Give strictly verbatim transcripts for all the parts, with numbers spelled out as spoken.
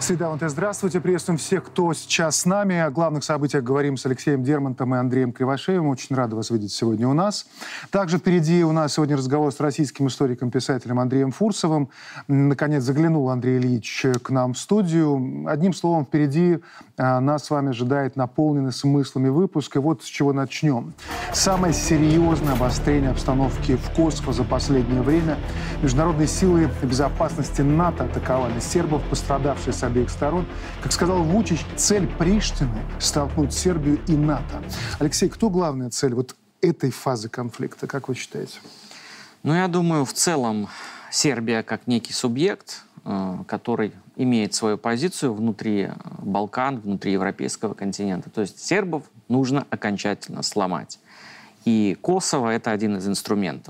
Среда ОНТ, здравствуйте. Приветствуем всех, кто сейчас с нами. О главных событиях говорим с Алексеем Дермонтом и Андреем Кривошеевым. Очень рады вас видеть сегодня у нас. Также впереди у нас сегодня разговор с российским историком-писателем Андреем Фурсовым. Наконец заглянул Андрей Ильич к нам в студию. Одним словом, впереди нас с вами ожидает наполненный смыслами выпуск. И вот с чего начнем. Самое серьезное обострение обстановки в Косово за последнее время. Международные силы безопасности НАТО атаковали сербов, пострадавшие с обеих сторон. Как сказал Вучич, цель Приштины – столкнуть Сербию и НАТО. Алексей, кто главная цель вот этой фазы конфликта, как вы считаете? Ну, я думаю, в целом Сербия как некий субъект, который имеет свою позицию внутри Балкан, внутри европейского континента. То есть сербов нужно окончательно сломать. И Косово – это один из инструментов.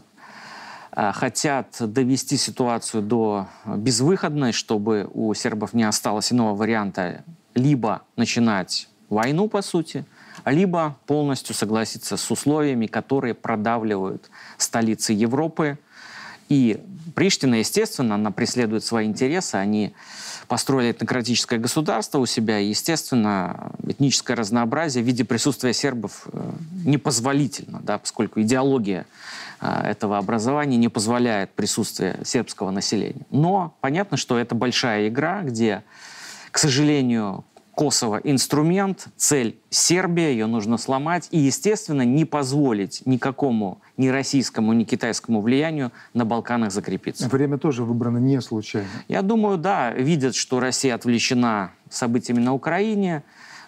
Хотят довести ситуацию до безвыходной, чтобы у сербов не осталось иного варианта либо начинать войну, по сути, либо полностью согласиться с условиями, которые продавливают столицы Европы. И Приштина, естественно, она преследует свои интересы. Они построили этнократическое государство у себя, и, естественно, этническое разнообразие в виде присутствия сербов непозволительно, да, поскольку идеология этого образования не позволяет присутствие сербского населения. Но понятно, что это большая игра, где, к сожалению, Косово — инструмент, цель — Сербия, ее нужно сломать и, естественно, не позволить никакому ни российскому, ни китайскому влиянию на Балканах закрепиться. Время тоже выбрано не случайно. Я думаю, да, видят, что Россия отвлечена событиями на Украине.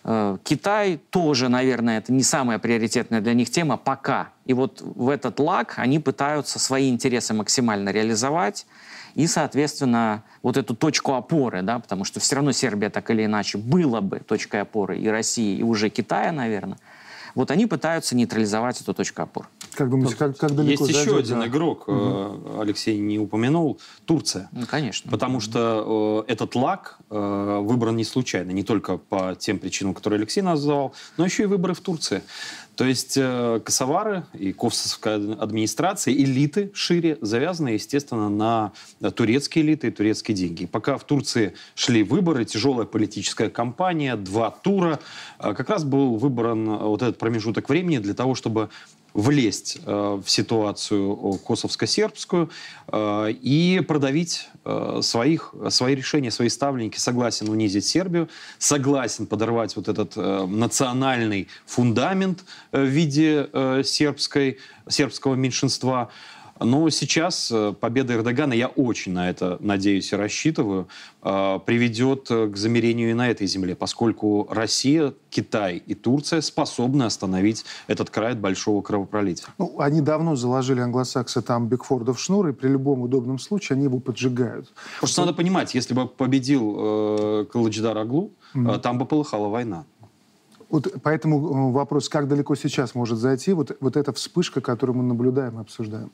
Китай тоже, наверное, это не самая приоритетная для них тема пока. И вот в этот лаг они пытаются свои интересы максимально реализовать и, соответственно, вот эту точку опоры, да, потому что все равно Сербия так или иначе была бы точкой опоры и России, и уже Китая, наверное. Вот они пытаются нейтрализовать эту точку опоры. Как думаете, как, как далеко Есть зайдет, еще один да? игрок, угу. Алексей не упомянул, Турция. Ну, конечно. Потому что э, этот лаг э, выбран не случайно, не только по тем причинам, которые Алексей назвал, но еще и выборы в Турции. То есть э, косовары и косовская администрация, элиты шире завязаны, естественно, на турецкие элиты и турецкие деньги. И пока в Турции шли выборы, тяжелая политическая кампания, два тура, э, как раз был выбран вот этот промежуток времени для того, чтобы влезть э, в ситуацию косовско-сербскую э, и продавить э, своих, свои решения, свои ставленники. Согласен унизить Сербию, согласен подорвать вот этот э, национальный фундамент э, в виде э, сербской, сербского меньшинства. Но сейчас победа Эрдогана, я очень на это надеюсь и рассчитываю, приведет к замирению и на этой земле, поскольку Россия, Китай и Турция способны остановить этот край от большого кровопролития. Ну, они давно заложили англосаксы там Бигфордов шнур, и при любом удобном случае они его поджигают. Просто надо понимать, если бы победил э, Кылычдар Оглу, mm-hmm. э, там бы полыхала война. Вот поэтому вопрос, как далеко сейчас может зайти вот, вот эта вспышка, которую мы наблюдаем и обсуждаем?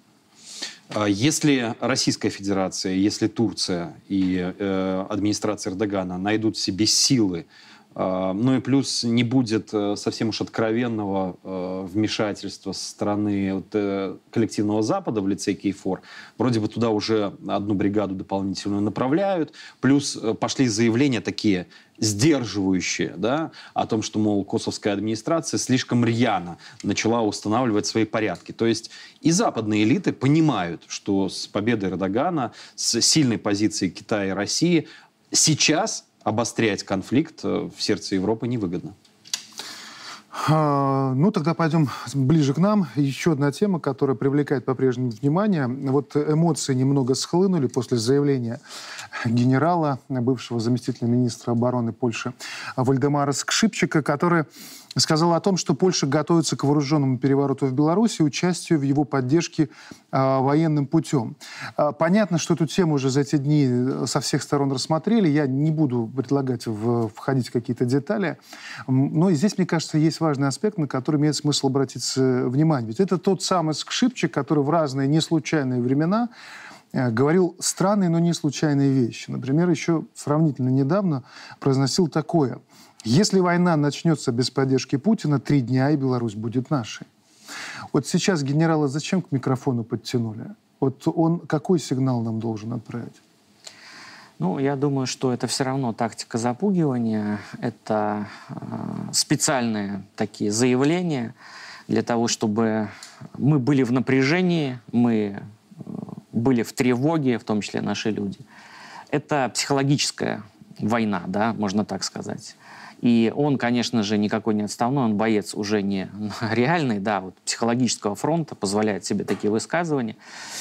Если Российская Федерация, если Турция и э, администрация Эрдогана найдут в себе силы, э, ну и плюс не будет э, совсем уж откровенного э, вмешательства со стороны вот, э, коллективного Запада в лице Кейфор, вроде бы туда уже одну бригаду дополнительную направляют, плюс э, пошли заявления такие сдерживающие, да, о том, что, мол, косовская администрация слишком рьяно начала устанавливать свои порядки. То есть и западные элиты понимают, что с победой Эрдогана, с сильной позицией Китая и России сейчас обострять конфликт в сердце Европы невыгодно. А, ну, тогда пойдем ближе к нам. Еще одна тема, которая привлекает по-прежнему внимание. Вот эмоции немного схлынули после заявления генерала, бывшего заместителя министра обороны Польши Вальдемара Скрипчика, который сказал о том, что Польша готовится к вооруженному перевороту в Беларуси и участию в его поддержке э, военным путем. Э, понятно, что эту тему уже за эти дни со всех сторон рассмотрели. Я не буду предлагать в, входить в какие-то детали. Но и здесь, мне кажется, есть важный аспект, на который имеет смысл обратить внимание. Ведь это тот самый Скрипчик, который в разные неслучайные времена э, говорил странные, но не случайные вещи. Например, еще сравнительно недавно произносил такое: если война начнется без поддержки Путина, три дня, и Беларусь будет нашей. Вот сейчас генерала зачем к микрофону подтянули? Вот он какой сигнал нам должен отправить? Ну, я думаю, что это все равно тактика запугивания. Это э, специальные такие заявления для того, чтобы мы были в напряжении, мы были в тревоге, в том числе наши люди. Это психологическая война, да, можно так сказать. И он, конечно же, никакой не отставной, он боец уже не реальный, да, вот психологического фронта, позволяет себе такие высказывания.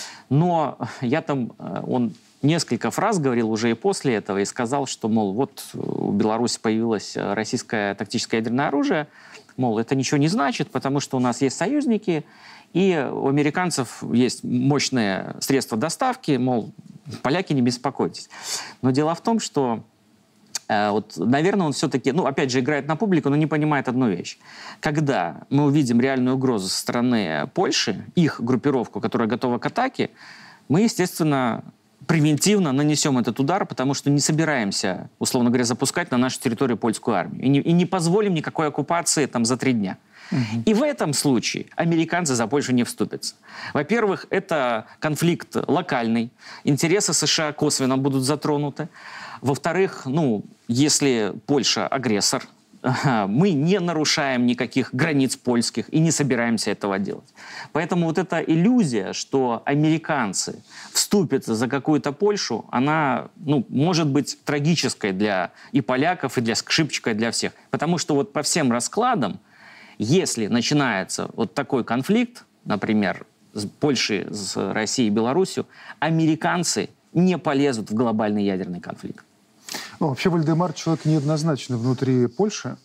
Но я там, он несколько фраз говорил уже и после этого, и сказал, что, мол, вот у Беларуси появилось российское тактическое ядерное оружие, мол, это ничего не значит, потому что у нас есть союзники, и у американцев есть мощные средства доставки, мол, поляки, не беспокойтесь. Но дело в том, что, э, вот, наверное, он все-таки, ну, опять же, играет на публику, но не понимает одну вещь. Когда мы увидим реальную угрозу со стороны Польши, их группировку, которая готова к атаке, мы, естественно, превентивно нанесем этот удар, потому что не собираемся, условно говоря, запускать на нашу территорию польскую армию. И не, и не позволим никакой оккупации там за три дня. Угу. И в этом случае американцы за Польшу не вступятся. Во-первых, это конфликт локальный, интересы США косвенно будут затронуты. Во-вторых, ну, если Польша агрессор, мы не нарушаем никаких границ польских и не собираемся этого делать. Поэтому вот эта иллюзия, что американцы вступятся за какую-то Польшу, она, ну, может быть трагической для и поляков, и для Скрипчика, и для всех. Потому что вот по всем раскладам, если начинается вот такой конфликт, например, с Польшей, с Россией и Беларусью, американцы не полезут в глобальный ядерный конфликт. Ну, вообще Вальдемар человек неоднозначный внутри Польши.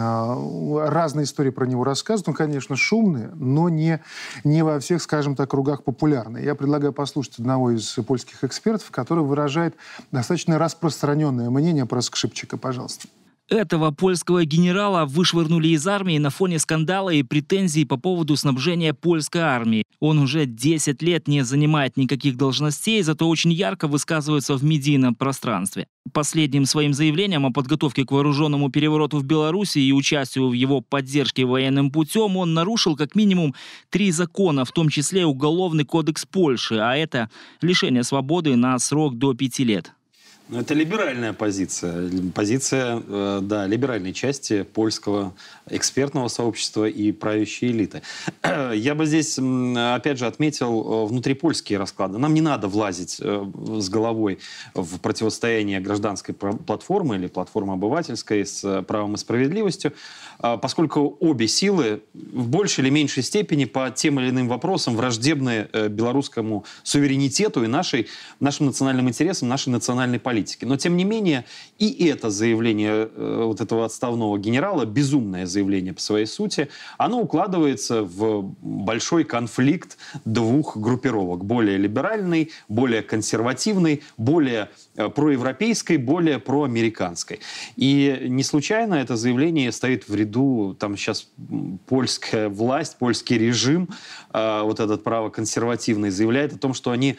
Разные истории про него рассказывают. Он, конечно, шумный, но не, не во всех, скажем так, кругах популярный. Я предлагаю послушать одного из польских экспертов, который выражает достаточно распространенное мнение про Скрипчика. Пожалуйста. Этого польского генерала вышвырнули из армии на фоне скандала и претензий по поводу снабжения польской армии. Он уже десять лет не занимает никаких должностей, зато очень ярко высказывается в медийном пространстве. Последним своим заявлением о подготовке к вооруженному перевороту в Беларуси и участию в его поддержке военным путем он нарушил как минимум три закона, в том числе Уголовный кодекс Польши, а это лишение свободы на срок до пяти лет. Это либеральная позиция. Позиция, э, да, либеральной части польского экспертного сообщества и правящей элиты. Я бы здесь, опять же, отметил внутрипольские расклады. Нам не надо влазить э, с головой в противостояние гражданской платформы или платформы обывательской с правом и справедливостью, э, поскольку обе силы в большей или меньшей степени по тем или иным вопросам враждебны э, белорусскому суверенитету и нашей, нашим национальным интересам, нашей национальной политике. Но, тем не менее, и это заявление э, вот этого отставного генерала, безумное заявление по своей сути, оно укладывается в большой конфликт двух группировок. Более либеральной, более консервативной, более э, проевропейской, более проамериканской. И не случайно это заявление стоит в ряду, там сейчас польская власть, польский режим, э, вот этот правоконсервативный, заявляет о том, что они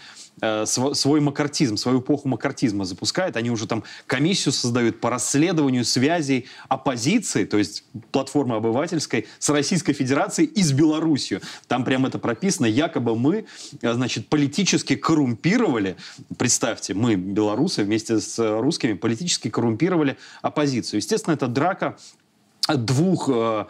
свой маккартизм, свою эпоху маккартизма запускают. Они уже там комиссию создают по расследованию связей оппозиции, то есть платформы обывательской, с Российской Федерацией и с Беларусью. Там прямо это прописано. Якобы мы, значит, политически коррумпировали, представьте, мы, белорусы, вместе с русскими, политически коррумпировали оппозицию. Естественно, это драка двух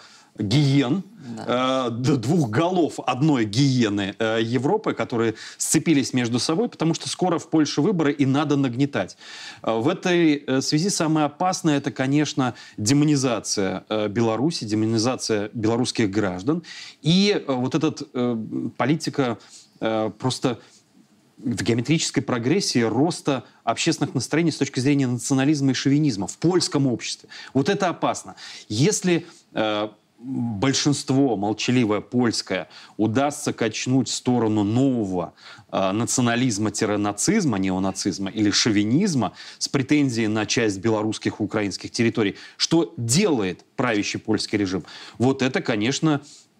гиен, да. э, двух голов одной гиены э, Европы, которые сцепились между собой, потому что скоро в Польше выборы и надо нагнетать. Э, в этой э, связи самое опасное — это, конечно, демонизация э, Беларуси, демонизация белорусских граждан и э, вот эта э, политика э, просто в геометрической прогрессии роста общественных настроений с точки зрения национализма и шовинизма в польском обществе. Вот это опасно. Если э, большинство молчаливое польское удастся качнуть в сторону нового э, национализма-нацизма, неонацизма или шовинизма с претензией на часть белорусских и украинских территорий, что делает правящий польский режим? Вот это, конечно,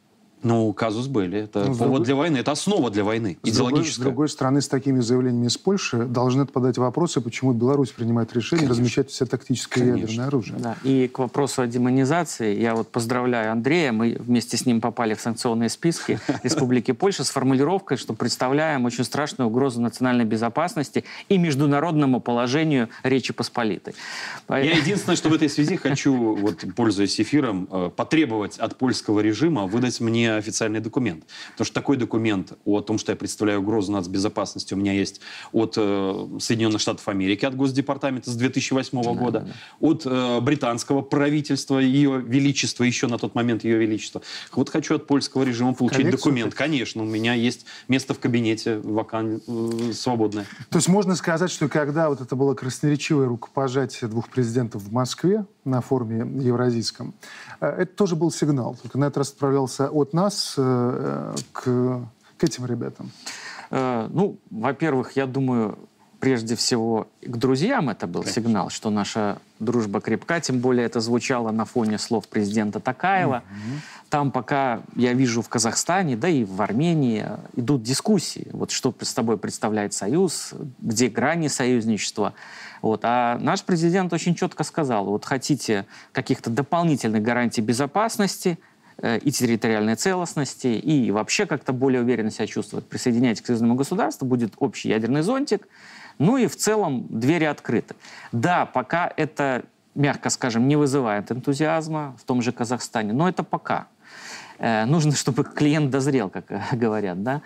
Ну, казус белли. Это ну, повод другой... для войны. Это основа для войны, с идеологическая. Другой, с другой стороны, с такими заявлениями из Польши должны отпадать вопросы, почему Беларусь принимает решение Конечно. размещать все тактическое Конечно. ядерное оружие. Да. И к вопросу о демонизации, я вот поздравляю Андрея, мы вместе с ним попали в санкционные списки Республики Польша с формулировкой, что представляем очень страшную угрозу национальной безопасности и международному положению Речи Посполитой. Я единственное, что в этой связи хочу, вот, пользуясь эфиром, потребовать от польского режима выдать мне официальный документ. Потому что такой документ о том, что я представляю угрозу нацбезопасности, у меня есть от э, Соединенных Штатов Америки, от Госдепартамента с две тысячи восьмого года, да, да. от э, британского правительства, ее величества, еще на тот момент ее величества. Вот хочу от польского режима получить Коллекцию? документ. Конечно, у меня есть место в кабинете вакан... э, свободное. То есть можно сказать, что когда вот это было красноречивое рукопожатие двух президентов в Москве на форуме евразийском, это тоже был сигнал. Только на этот раз отправлялся от нас э, к, к этим ребятам. Э, ну, во-первых, я думаю, прежде всего к друзьям это был Конечно. сигнал, что наша дружба крепка. Тем более это звучало на фоне слов президента Токаева. Mm-hmm. Там пока, я вижу, в Казахстане, да и в Армении идут дискуссии. Вот что с тобой представляет Союз, где грани союзничества. Вот. А наш президент очень четко сказал, вот хотите каких-то дополнительных гарантий безопасности э, и территориальной целостности, и вообще как-то более уверенно себя чувствовать, присоединяйтесь к союзному государству, будет общий ядерный зонтик, ну и в целом двери открыты. Да, пока это, мягко скажем, не вызывает энтузиазма в том же Казахстане, но это пока. Э, нужно, чтобы клиент дозрел, как говорят, да.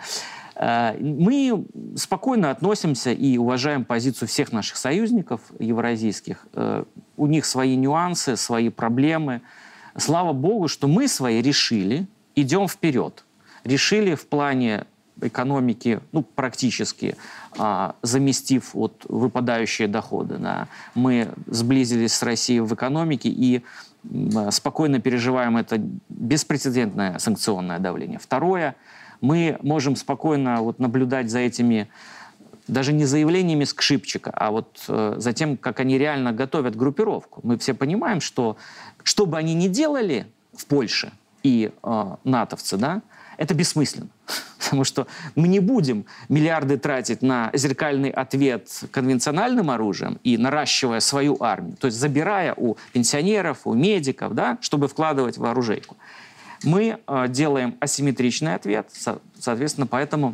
Мы спокойно относимся и уважаем позицию всех наших союзников евразийских. У них свои нюансы, свои проблемы. Слава Богу, что мы свои решили, идем вперед. Решили в плане экономики, ну, практически, заместив вот выпадающие доходы. Да. Мы сблизились с Россией в экономике и спокойно переживаем это беспрецедентное санкционное давление. Второе, мы можем спокойно вот наблюдать за этими, даже не заявлениями Скрипчика, а вот э, за тем, как они реально готовят группировку. Мы все понимаем, что что бы они ни делали в Польше и э, натовцы, да, это бессмысленно. Потому что мы не будем миллиарды тратить на зеркальный ответ конвенциональным оружием и наращивая свою армию, то есть забирая у пенсионеров, у медиков, да, чтобы вкладывать в оружейку. Мы э, делаем асимметричный ответ, со, соответственно, поэтому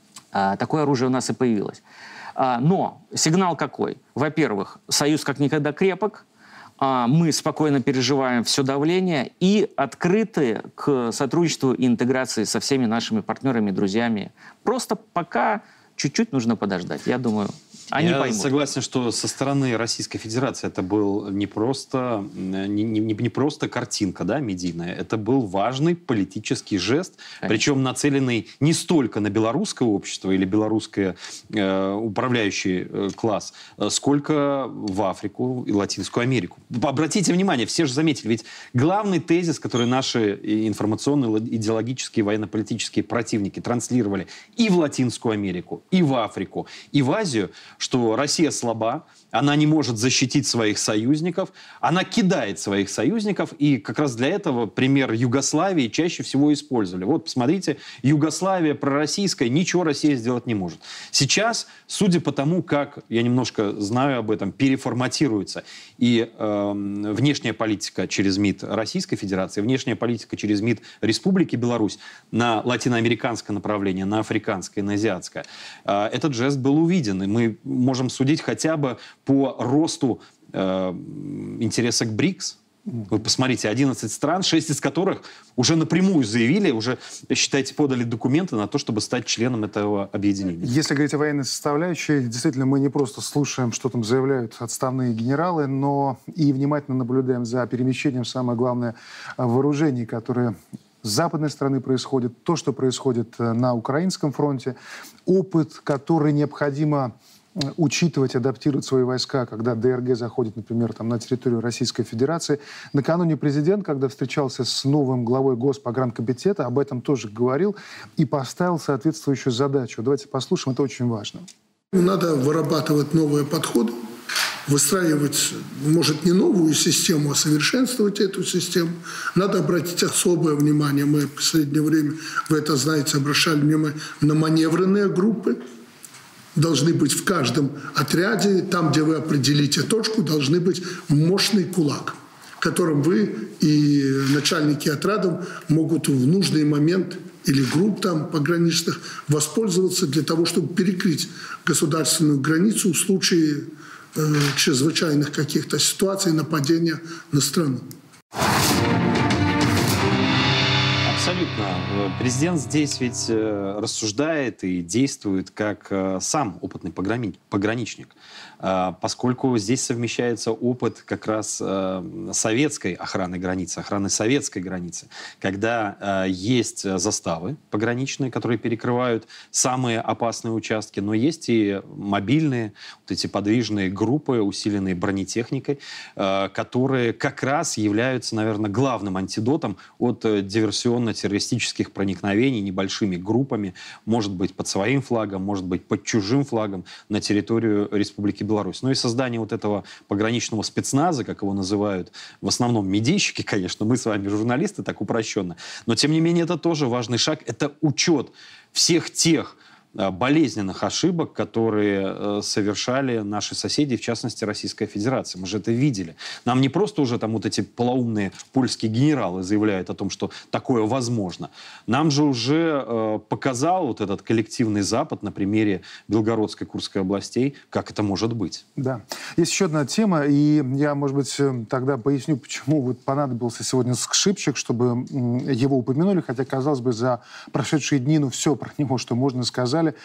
э, такое оружие у нас и появилось. А, но сигнал какой? Во-первых, союз как никогда крепок, а, мы спокойно переживаем все давление и открыты к сотрудничеству и интеграции со всеми нашими партнерами, друзьями. Просто пока чуть-чуть нужно подождать, я думаю. Они Я поймут. согласен, что со стороны Российской Федерации это был не просто, не, не, не просто картинка, да, медийная, это был важный политический жест, Конечно. Причем нацеленный не столько на белорусское общество или белорусский э, управляющий э, класс, сколько в Африку и Латинскую Америку. Обратите внимание, все же заметили, ведь главный тезис, который наши информационные, идеологические, военно-политические противники транслировали и в Латинскую Америку, и в Африку, и в Азию, что Россия слаба, она не может защитить своих союзников, она кидает своих союзников, и как раз для этого пример Югославии чаще всего использовали. Вот, посмотрите, Югославия пророссийская, ничего Россия сделать не может. Сейчас, судя по тому, как, я немножко знаю об этом, переформатируется и э, внешняя политика через МИД Российской Федерации, внешняя политика через МИД Республики Беларусь на латиноамериканское направление, на африканское, на азиатское, э, этот жест был увиден, и мы можем судить хотя бы по росту э, интереса к БРИКС. Вы посмотрите, одиннадцать стран, шесть из которых уже напрямую заявили, уже, считайте, подали документы на то, чтобы стать членом этого объединения. Если говорить о военной составляющей, действительно, мы не просто слушаем, что там заявляют отставные генералы, но и внимательно наблюдаем за перемещением, самое главное, вооружений, которые с западной стороны происходят, то, что происходит на украинском фронте, опыт, который необходимо учитывать, адаптировать свои войска, когда ДРГ заходит, например, там, на территорию Российской Федерации. Накануне президент, когда встречался с новым главой Госпогранкомитета, об этом тоже говорил и поставил соответствующую задачу. Давайте послушаем, это очень важно. Надо вырабатывать новые подходы выстраивать, может, не новую систему, а совершенствовать эту систему. Надо обратить особое внимание. Мы в последнее время, вы это знаете, обращали внимание на маневренные группы. Должны быть в каждом отряде, там, где вы определите точку, должны быть мощный кулак, которым вы и начальники отрядов могут в нужный момент или групп там пограничных воспользоваться для того, чтобы перекрыть государственную границу в случае э, чрезвычайных каких-то ситуаций, нападения на страну. Абсолютно. Президент здесь ведь рассуждает и действует как сам опытный пограничник, поскольку здесь совмещается опыт как раз советской охраны границы, охраны советской границы, когда есть заставы пограничные, которые перекрывают самые опасные участки, но есть и мобильные, вот эти подвижные группы, усиленные бронетехникой, которые как раз являются, наверное, главным антидотом от диверсионной террористических проникновений небольшими группами, может быть, под своим флагом, может быть, под чужим флагом на территорию Республики Беларусь. Ну и создание вот этого пограничного спецназа, как его называют, в основном медийщики, конечно, мы с вами журналисты, так упрощенно, но тем не менее это тоже важный шаг, это учет всех тех болезненных ошибок, которые совершали наши соседи, в частности, Российская Федерация. Мы же это видели. Нам не просто уже там вот эти полоумные польские генералы заявляют о том, что такое возможно. Нам же уже э, показал вот этот коллективный Запад на примере Белгородской, Курской областей, как это может быть. Да. Есть еще одна тема, и я, может быть, тогда поясню, почему вот понадобился сегодня скшипщик, чтобы его упомянули, хотя, казалось бы, за прошедшие дни, ну, все про него, что можно сказать. Дело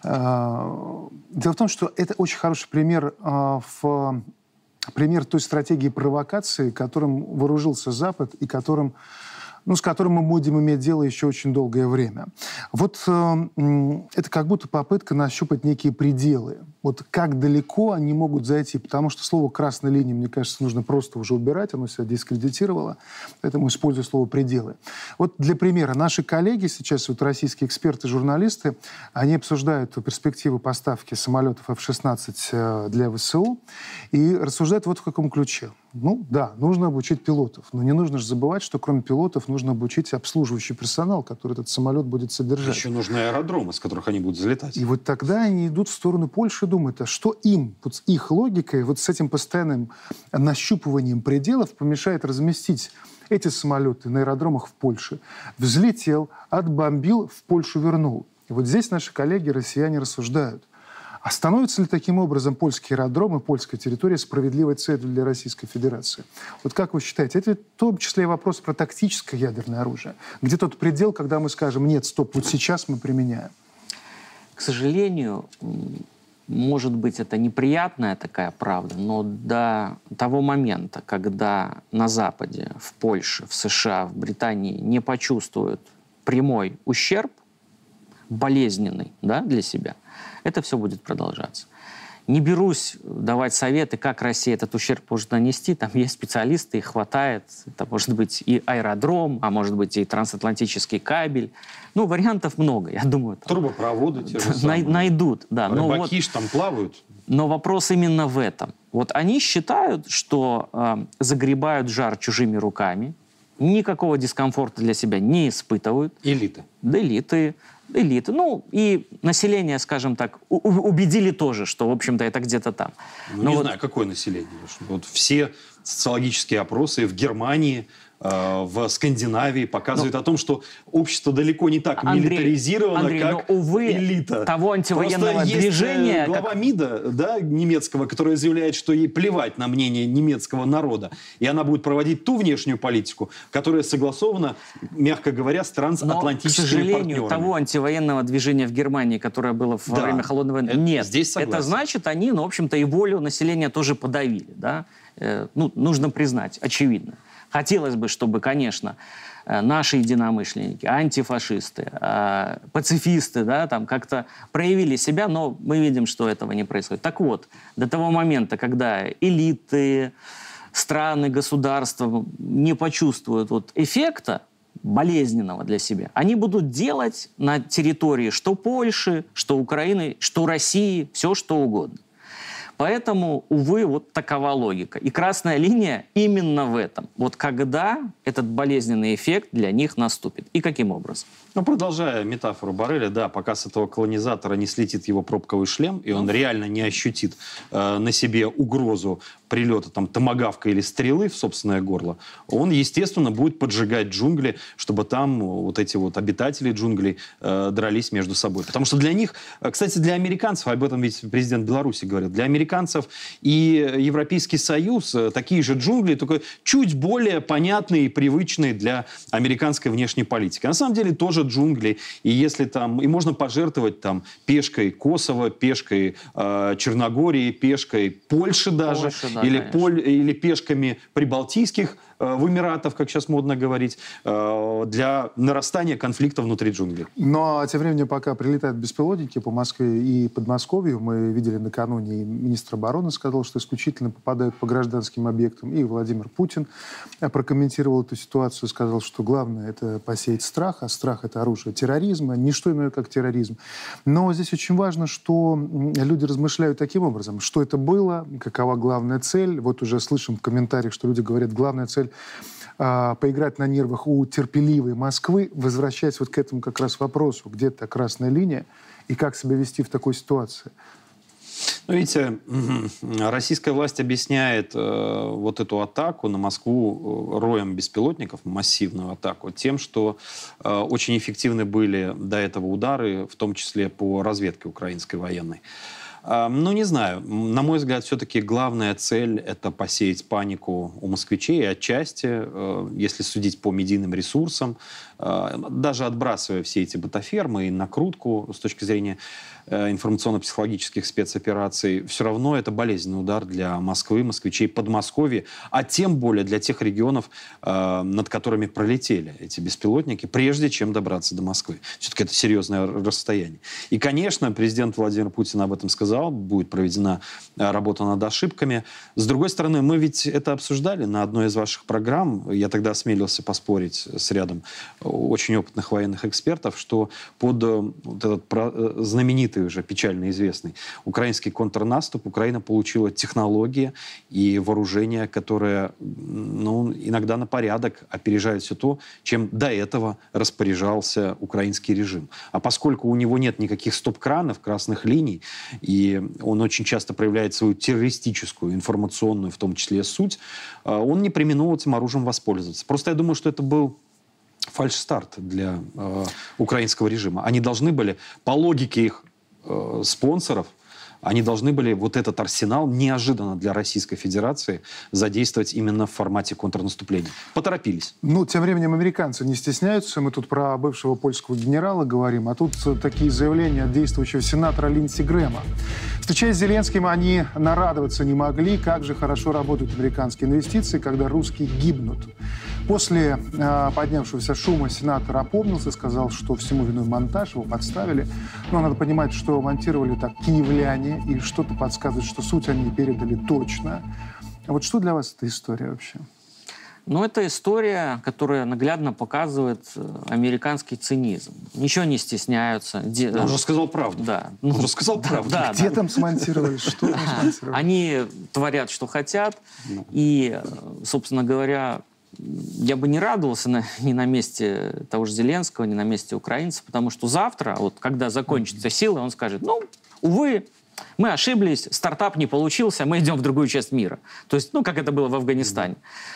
в том, что это очень хороший пример, в, пример той стратегии провокации, которым вооружился Запад и которым, ну, с которым мы будем иметь дело еще очень долгое время. Вот э, это как будто попытка нащупать некие пределы. Вот как далеко они могут зайти, потому что слово «красной линии», мне кажется, нужно просто уже убирать, оно себя дискредитировало, поэтому использую слово «пределы». Вот для примера, наши коллеги сейчас, вот российские эксперты, журналисты, они обсуждают перспективы поставки самолетов эф шестнадцать для ВСУ и рассуждают вот в каком ключе. Ну да, нужно обучить пилотов, но не нужно же забывать, что кроме пилотов нужно обучить обслуживающий персонал, который этот самолет будет содержать. Еще нужны аэродромы, с которых они будут взлетать. И вот тогда они идут в сторону Польши и думают, а что им, вот с их логикой, вот с этим постоянным нащупыванием пределов помешает разместить эти самолеты на аэродромах в Польше. Взлетел, отбомбил, в Польшу вернул. И вот здесь наши коллеги, россияне, рассуждают. А становятся ли таким образом польские аэродромы, польская территория справедливой целью для Российской Федерации? Вот как вы считаете, это в том числе вопрос про тактическое ядерное оружие? Где тот предел, когда мы скажем, нет, стоп, вот сейчас мы применяем? К сожалению, может быть, это неприятная такая правда, но до того момента, когда на Западе, в Польше, в США, в Британии не почувствуют прямой ущерб, болезненный, да, для себя, это все будет продолжаться. Не берусь давать советы, как Россия этот ущерб может нанести. Там есть специалисты, их хватает. Это может быть и аэродром, а может быть и трансатлантический кабель. Ну, вариантов много, я думаю. Там, трубопроводы те же самые. Найдут, да. Рыбаки ж там плавают. Но вопрос именно в этом. Вот они считают, что э, загребают жар чужими руками, никакого дискомфорта для себя не испытывают. Элиты. Да, элиты. Элиты. Ну, и население, скажем так, убедили тоже, что, в общем-то, это где-то там. Ну, Но не вот... знаю, какое население. Вот все социологические опросы в Германии, э, в Скандинавии показывают но... о том, что общество далеко не так Андрей, милитаризировано, Андрей, как но, увы, элита. Того антивоенного Просто движения... есть глава как... МИДа, да, немецкого, которая заявляет, что ей плевать на мнение немецкого народа, и она будет проводить ту внешнюю политику, которая согласована, мягко говоря, с трансатлантическими но, к сожалению, партнерами. того антивоенного движения в Германии, которое было во да, время Холодной войны, это, нет. Здесь согласен. Это значит, они, ну, в общем-то, и волю населения тоже подавили, да? Э, ну, нужно признать, очевидно. Хотелось бы, чтобы, конечно, наши единомышленники, антифашисты, пацифисты, да, там как-то проявили себя, но мы видим, что этого не происходит. Так вот, до того момента, когда элиты, страны, государства не почувствуют вот эффекта болезненного для себя, они будут делать на территории что Польши, что Украины, что России, все что угодно. Поэтому, увы, вот такова логика. И красная линия именно в этом. Вот когда этот болезненный эффект для них наступит. И каким образом? Ну, продолжая метафору Борреля, да, пока с этого колонизатора не слетит его пробковый шлем, и он реально не ощутит э, на себе угрозу прилета там томагавка или стрелы в собственное горло, он, естественно, будет поджигать джунгли, чтобы там вот эти вот обитатели джунглей э, дрались между собой. Потому что для них, кстати, для американцев, об этом ведь президент Беларуси говорит, для американцев и Европейский Союз э, такие же джунгли, только чуть более понятные и привычные для американской внешней политики. На самом деле тоже джунгли, и если там, и можно пожертвовать там пешкой Косово, пешкой э, Черногории, пешкой Польши даже, Польша, да, или, конечно. поль, или пешками прибалтийских э, в Эмиратах, как сейчас модно говорить, э, для нарастания конфликта внутри джунглей. Но тем временем, пока прилетают беспилотники по Москве и Подмосковью, мы видели накануне, и министр обороны сказал, что исключительно попадают по гражданским объектам, и Владимир Путин прокомментировал эту ситуацию, сказал, что главное — это посеять страх, а страх — это оружие терроризма, не что иное, как терроризм. Но здесь очень важно, что люди размышляют таким образом, что это было, какова главная цель. Вот уже слышим в комментариях, что люди говорят, главная цель а, поиграть на нервах у терпеливой Москвы, возвращаясь вот к этому как раз вопросу, где та красная линия и как себя вести в такой ситуации. Ну, видите, российская власть объясняет э, вот эту атаку на Москву роем беспилотников, массивную атаку, тем, что э, очень эффективны были до этого удары, в том числе по разведке украинской военной. Э, ну, не знаю. На мой взгляд, все-таки главная цель — это посеять панику у москвичей, и отчасти, э, если судить по медийным ресурсам, э, даже отбрасывая все эти ботафермы и накрутку с точки зрения информационно-психологических спецопераций, все равно это болезненный удар для Москвы, москвичей, Подмосковья, а тем более для тех регионов, э, над которыми пролетели эти беспилотники, прежде чем добраться до Москвы. Все-таки это серьезное расстояние. И, конечно, президент Владимир Путин об этом сказал, будет проведена работа над ошибками. С другой стороны, мы ведь это обсуждали на одной из ваших программ, я тогда осмелился поспорить с рядом очень опытных военных экспертов, что под вот этот знаменитый уже печально известный украинский контрнаступ Украина получила технологии и вооружение, которые, ну, иногда на порядок опережают все то, чем до этого распоряжался украинский режим. А поскольку у него нет никаких стоп-кранов, красных линий, и он очень часто проявляет свою террористическую, информационную, в том числе, суть, он не преминул этим оружием воспользоваться. Просто я думаю, что это был фальшстарт для э, украинского режима. Они должны были, по логике их э, спонсоров, они должны были вот этот арсенал неожиданно для Российской Федерации задействовать именно в формате контрнаступления. Поторопились. Ну, тем временем американцы не стесняются. Мы тут про бывшего польского генерала говорим, а тут такие заявления от действующего сенатора Линдси Грэма. Встречаясь с Зеленским, они нарадоваться не могли, как же хорошо работают американские инвестиции, когда русские гибнут. После э, поднявшегося шума сенатор опомнился, сказал, что всему виной монтаж, его подставили. Но надо понимать, что монтировали так киевляне, и что-то подсказывает, что суть они передали точно. А вот что для вас эта история вообще? Ну, это история, которая наглядно показывает американский цинизм. Ничего не стесняются. Де... Он же сказал правду. Да. Он же сказал правду. Да, Где да. там смонтировали? Что там смонтировали? Они творят, что хотят. И, собственно говоря, я бы не радовался на, ни на месте того же Зеленского, ни на месте украинцев, потому что завтра, вот, когда закончится сила, он скажет, ну, увы, мы ошиблись, стартап не получился, мы идем в другую часть мира. То есть, ну, как это было в Афганистане.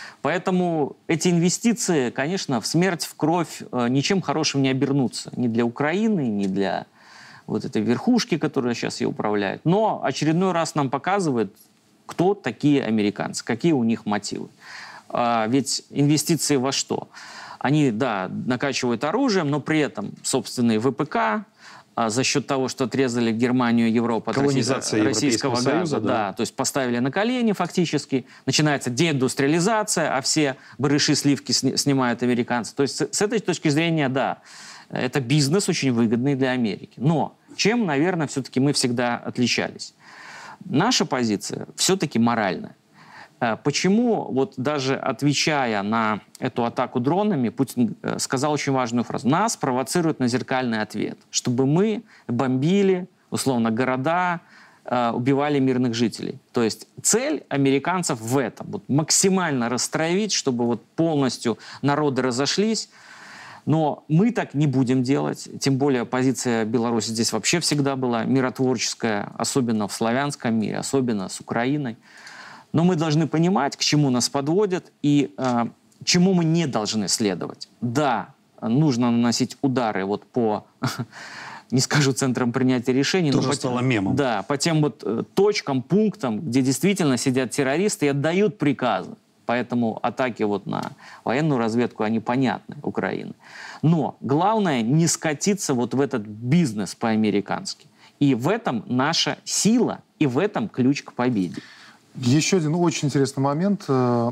Поэтому эти инвестиции, конечно, в смерть, в кровь ничем хорошим не обернутся. Ни для Украины, ни для вот этой верхушки, которая сейчас ее управляет. Но очередной раз нам показывает, кто такие американцы, какие у них мотивы. А ведь инвестиции во что? Они, да, накачивают оружием, но при этом собственные ВПК, а за счет того, что отрезали Германию, Европу от колонизация российского газа, Союза, да. да, то есть поставили на колени фактически, начинается деиндустриализация, а все барыши, сливки сни- снимают американцы. То есть с, с этой точки зрения, да, это бизнес очень выгодный для Америки. Но чем, наверное, все-таки мы всегда отличались? Наша позиция все-таки моральная. Почему, вот даже отвечая на эту атаку дронами, Путин сказал очень важную фразу. Нас провоцирует на зеркальный ответ, чтобы мы бомбили, условно, города, э, убивали мирных жителей. То есть цель американцев в этом. Вот максимально растравить, чтобы вот полностью народы разошлись. Но мы так не будем делать. Тем более позиция Беларуси здесь вообще всегда была миротворческая, особенно в славянском мире, особенно с Украиной. Но мы должны понимать, к чему нас подводят и э, чему мы не должны следовать. Да, нужно наносить удары вот по, не скажу центрам принятия решений, тоже но по, стало мемом. Да, по тем вот э, точкам, пунктам, где действительно сидят террористы и отдают приказы. Поэтому атаки вот на военную разведку, они понятны, Украины. Но главное не скатиться вот в этот бизнес по-американски. И в этом наша сила, и в этом ключ к победе. Еще один очень интересный момент.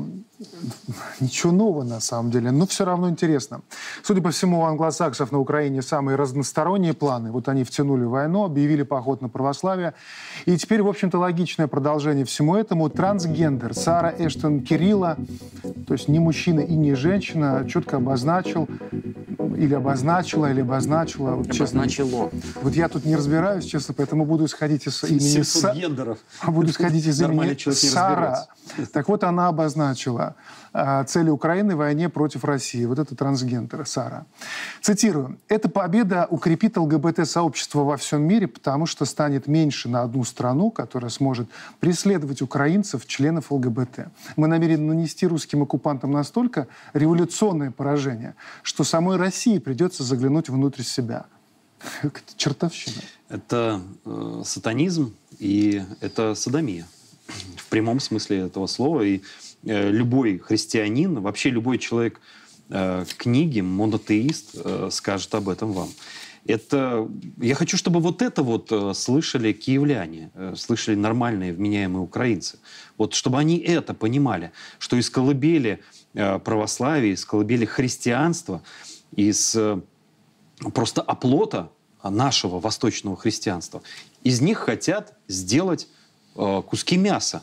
Ничего нового на самом деле, но все равно интересно. Судя по всему, у англосаксов на Украине самые разносторонние планы. Вот они втянули войну, объявили поход на православие. И теперь, в общем-то, логичное продолжение всему этому. Трансгендер Сара Эштон Кирилла, то есть не мужчина и не женщина, четко обозначил, или обозначила, или обозначила. Вот, Обозначило. Честно, вот я тут не разбираюсь, честно, поэтому буду исходить из имени Са... гендеров. Буду исходить из имени Сара. Так вот, она обозначила э, цели Украины в войне против России. Вот это трансгендер Сара. Цитирую. «Эта победа укрепит ЛГБТ-сообщество во всем мире, потому что станет меньше на одну страну, которая сможет преследовать украинцев, членов ЛГБТ. Мы намерены нанести русским оккупантам настолько революционное поражение, что самой России придется заглянуть внутрь себя». Это чертовщина. Это э, сатанизм и это содомия. В прямом смысле этого слова. И э, любой христианин, вообще любой человек э, книги, монотеист, э, скажет об этом вам. Это, я хочу, чтобы вот это вот э, слышали киевляне, э, слышали нормальные, вменяемые украинцы. Вот чтобы они это понимали, что из колыбели э, православия, из колыбели христианства, из э, просто оплота нашего восточного христианства, из них хотят сделать куски мяса,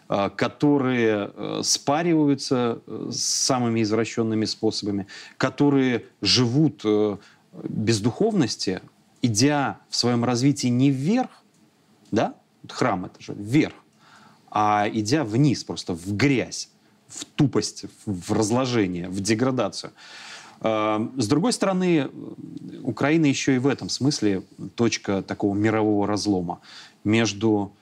которые спариваются самыми извращенными способами, которые живут без духовности, идя в своем развитии не вверх, да, храм это же вверх, а идя вниз, просто в грязь, в тупость, в разложение, в деградацию. С другой стороны, Украина еще и в этом смысле точка такого мирового разлома между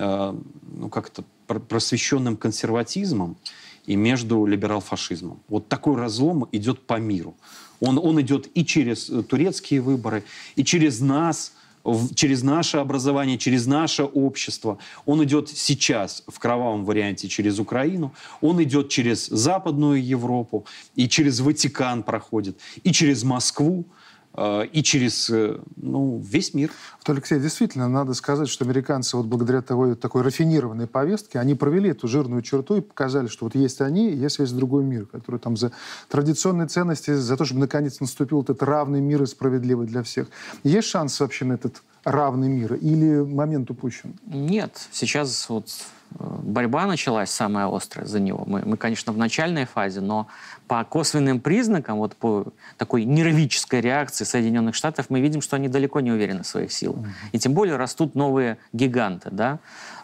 ну, как-то просвещенным консерватизмом и между либерал-фашизмом. Вот такой разлом идет по миру. Он, он идет и через турецкие выборы, и через нас, через наше образование, через наше общество. Он идет сейчас в кровавом варианте через Украину, он идет через Западную Европу, и через Ватикан проходит, и через Москву, и через ну, весь мир. Алексей, действительно, надо сказать, что американцы вот благодаря того, такой рафинированной повестке, они провели эту жирную черту и показали, что вот есть они, и есть весь другой мир, который там за традиционные ценности, за то, чтобы наконец наступил этот равный мир и справедливый для всех. Есть шанс вообще на этот равный мир или момент упущен? Нет. Сейчас вот борьба началась самая острая за него. Мы, мы, конечно, в начальной фазе, но по косвенным признакам, вот по такой нервической реакции Соединенных Штатов, мы видим, что они далеко не уверены в своих силах. Mm-hmm. И тем более растут новые гиганты, да.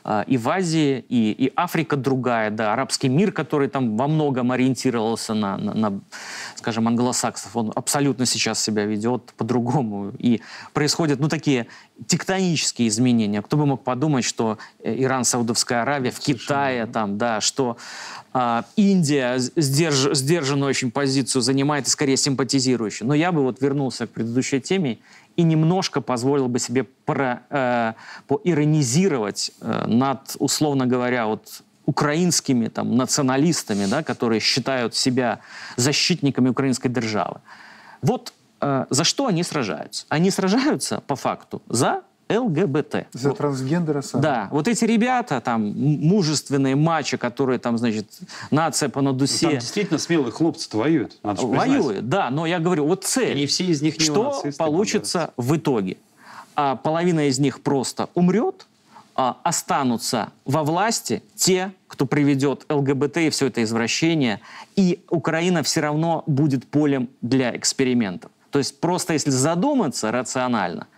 И в Азии, и, и Африка другая, да, арабский мир, который там во многом ориентировался на, на, на, скажем, англосаксов, он абсолютно сейчас себя ведет по-другому. И происходят, ну, такие тектонические изменения. Кто бы мог подумать, что Иран, Саудовская Аравия, в Китае, там, да, что а, Индия сдерж, сдержанную очень позицию занимает и скорее симпатизирующую. Но я бы вот вернулся к предыдущей теме и немножко позволил бы себе про, э, поиронизировать э, над, условно говоря, вот, украинскими там, националистами, да, которые считают себя защитниками украинской державы. Вот э, за что они сражаются? Они сражаются, по факту, за ЛГБТ. За трансгендера сам. Да, вот эти ребята, там, мужественные мачо, которые там, значит, нация по надусе. Ну, там действительно смелые хлопцы воюют, надо же признать. Воюют, да, но я говорю, вот цель. И не все из них что получится в итоге? А половина из них просто умрет, а останутся во власти те, кто приведет ЛГБТ и все это извращение, и Украина все равно будет полем для экспериментов. То есть просто если задуматься рационально,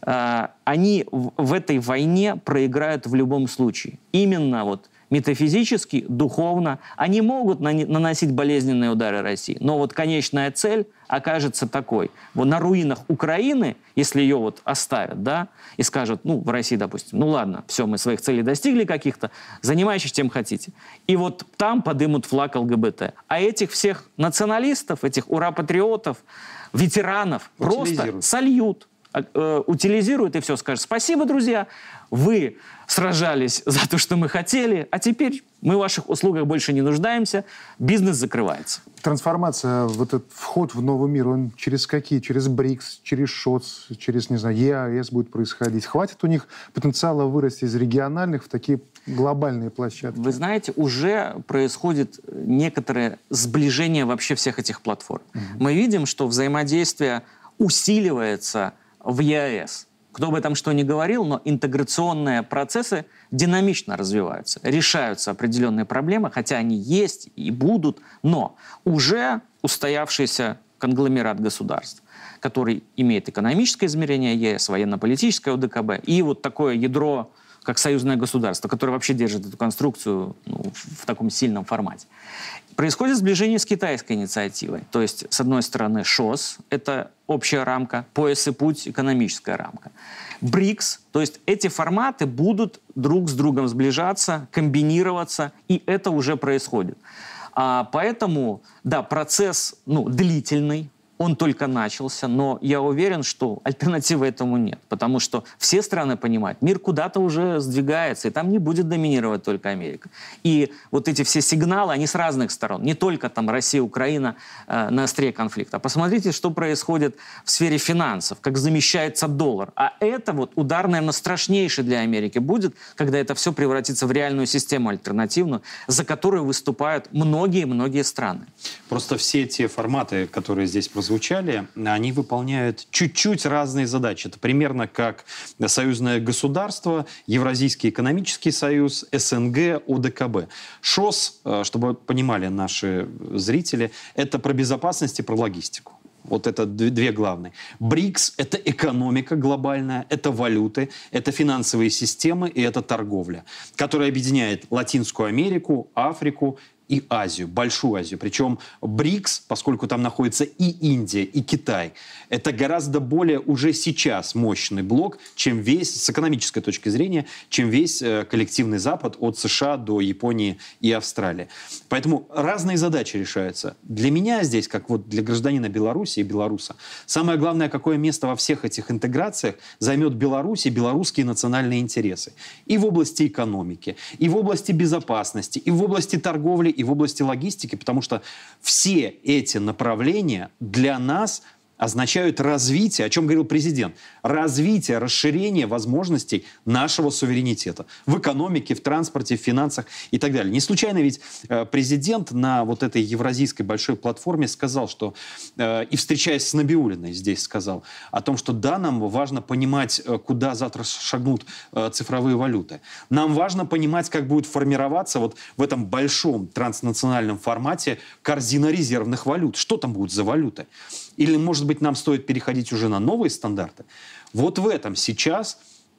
они в этой войне проиграют в любом случае. Именно вот метафизически, духовно. Они могут наносить болезненные удары России, но вот конечная цель окажется такой. Вот на руинах Украины, если ее вот оставят, да, и скажут, ну, в России, допустим, ну ладно, все, мы своих целей достигли каких-то, занимайтесь чем хотите. И вот там подымут флаг ЛГБТ. А этих всех националистов, этих ура-патриотов, ветеранов просто сольют, э, утилизируют и все, скажут, спасибо, друзья, вы сражались за то, что мы хотели, а теперь мы в ваших услугах больше не нуждаемся, бизнес закрывается. Трансформация, вот этот вход в новый мир, он через какие? Через БРИКС, через ШОЦ, через, не знаю, ЕАЭС будет происходить? Хватит у них потенциала вырасти из региональных в такие глобальные площадки? Вы знаете, уже происходит некоторое сближение вообще всех этих платформ. Угу. Мы видим, что взаимодействие усиливается в ЕАЭС. Кто бы там что ни говорил, но интеграционные процессы динамично развиваются. Решаются определенные проблемы, хотя они есть и будут, но уже устоявшийся конгломерат государств, который имеет экономическое измерение ЕС, военно-политическое ОДКБ, и вот такое ядро, как союзное государство, которое вообще держит эту конструкцию, ну, в таком сильном формате. Происходит сближение с китайской инициативой. То есть, с одной стороны, ШОС — это общая рамка, пояс и путь — экономическая рамка. БРИКС, то есть эти форматы будут друг с другом сближаться, комбинироваться, и это уже происходит. А, поэтому, да, процесс, ну, длительный, он только начался, но я уверен, что альтернативы этому нет, потому что все страны понимают, мир куда-то уже сдвигается, и там не будет доминировать только Америка. И вот эти все сигналы, они с разных сторон, не только там Россия, Украина э, на острие конфликта. Посмотрите, что происходит в сфере финансов, как замещается доллар. А это вот удар, наверное, страшнейший для Америки будет, когда это все превратится в реальную систему альтернативную, за которую выступают многие-многие страны. Просто все те форматы, которые здесь прозвучали, звучали, они выполняют чуть-чуть разные задачи. Это примерно как союзное государство, Евразийский экономический союз, СНГ, ОДКБ. ШОС, чтобы понимали наши зрители, это про безопасность и про логистику. Вот это две главные. БРИКС — это экономика глобальная, это валюты, это финансовые системы и это торговля, которая объединяет Латинскую Америку, Африку и Азию, Большую Азию. Причем БРИКС, поскольку там находится и Индия, и Китай, это гораздо более уже сейчас мощный блок, чем весь, с экономической точки зрения, чем весь э, коллективный Запад от США до Японии и Австралии. Поэтому разные задачи решаются. Для меня здесь, как вот для гражданина Беларуси и белоруса, самое главное, какое место во всех этих интеграциях займет Беларусь и белорусские национальные интересы. И в области экономики, и в области безопасности, и в области торговли, и в области логистики, потому что все эти направления для нас означают развитие, о чем говорил президент, развитие, расширение возможностей нашего суверенитета в экономике, в транспорте, в финансах и так далее. Не случайно ведь э, президент на вот этой евразийской большой платформе сказал, что, э, и встречаясь с Набиуллиной здесь сказал, о том, что да, нам важно понимать, э, куда завтра шагнут э, цифровые валюты. Нам важно понимать, как будет формироваться вот в этом большом транснациональном формате корзина резервных валют. Что там будут за валюты? Или, может быть, нам стоит переходить уже на новые стандарты? Вот в этом сейчас,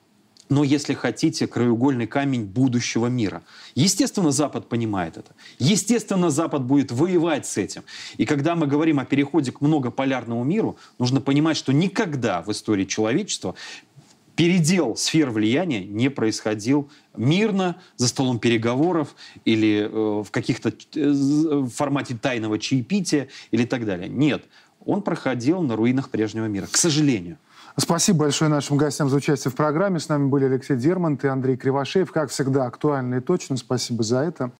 но, если хотите, краеугольный камень будущего мира. Естественно, Запад понимает это. Естественно, Запад будет воевать с этим. И когда мы говорим о переходе к многополярному миру, нужно понимать, что никогда в истории человечества передел сфер влияния не происходил мирно, за столом переговоров или э, в каких-то э, в формате тайного чаепития или так далее. Нет. Он проходил на руинах прежнего мира, к сожалению. Спасибо большое нашим гостям за участие в программе. С нами были Алексей Дермонт и Андрей Кривошеев. Как всегда, актуально и точно. Спасибо за это.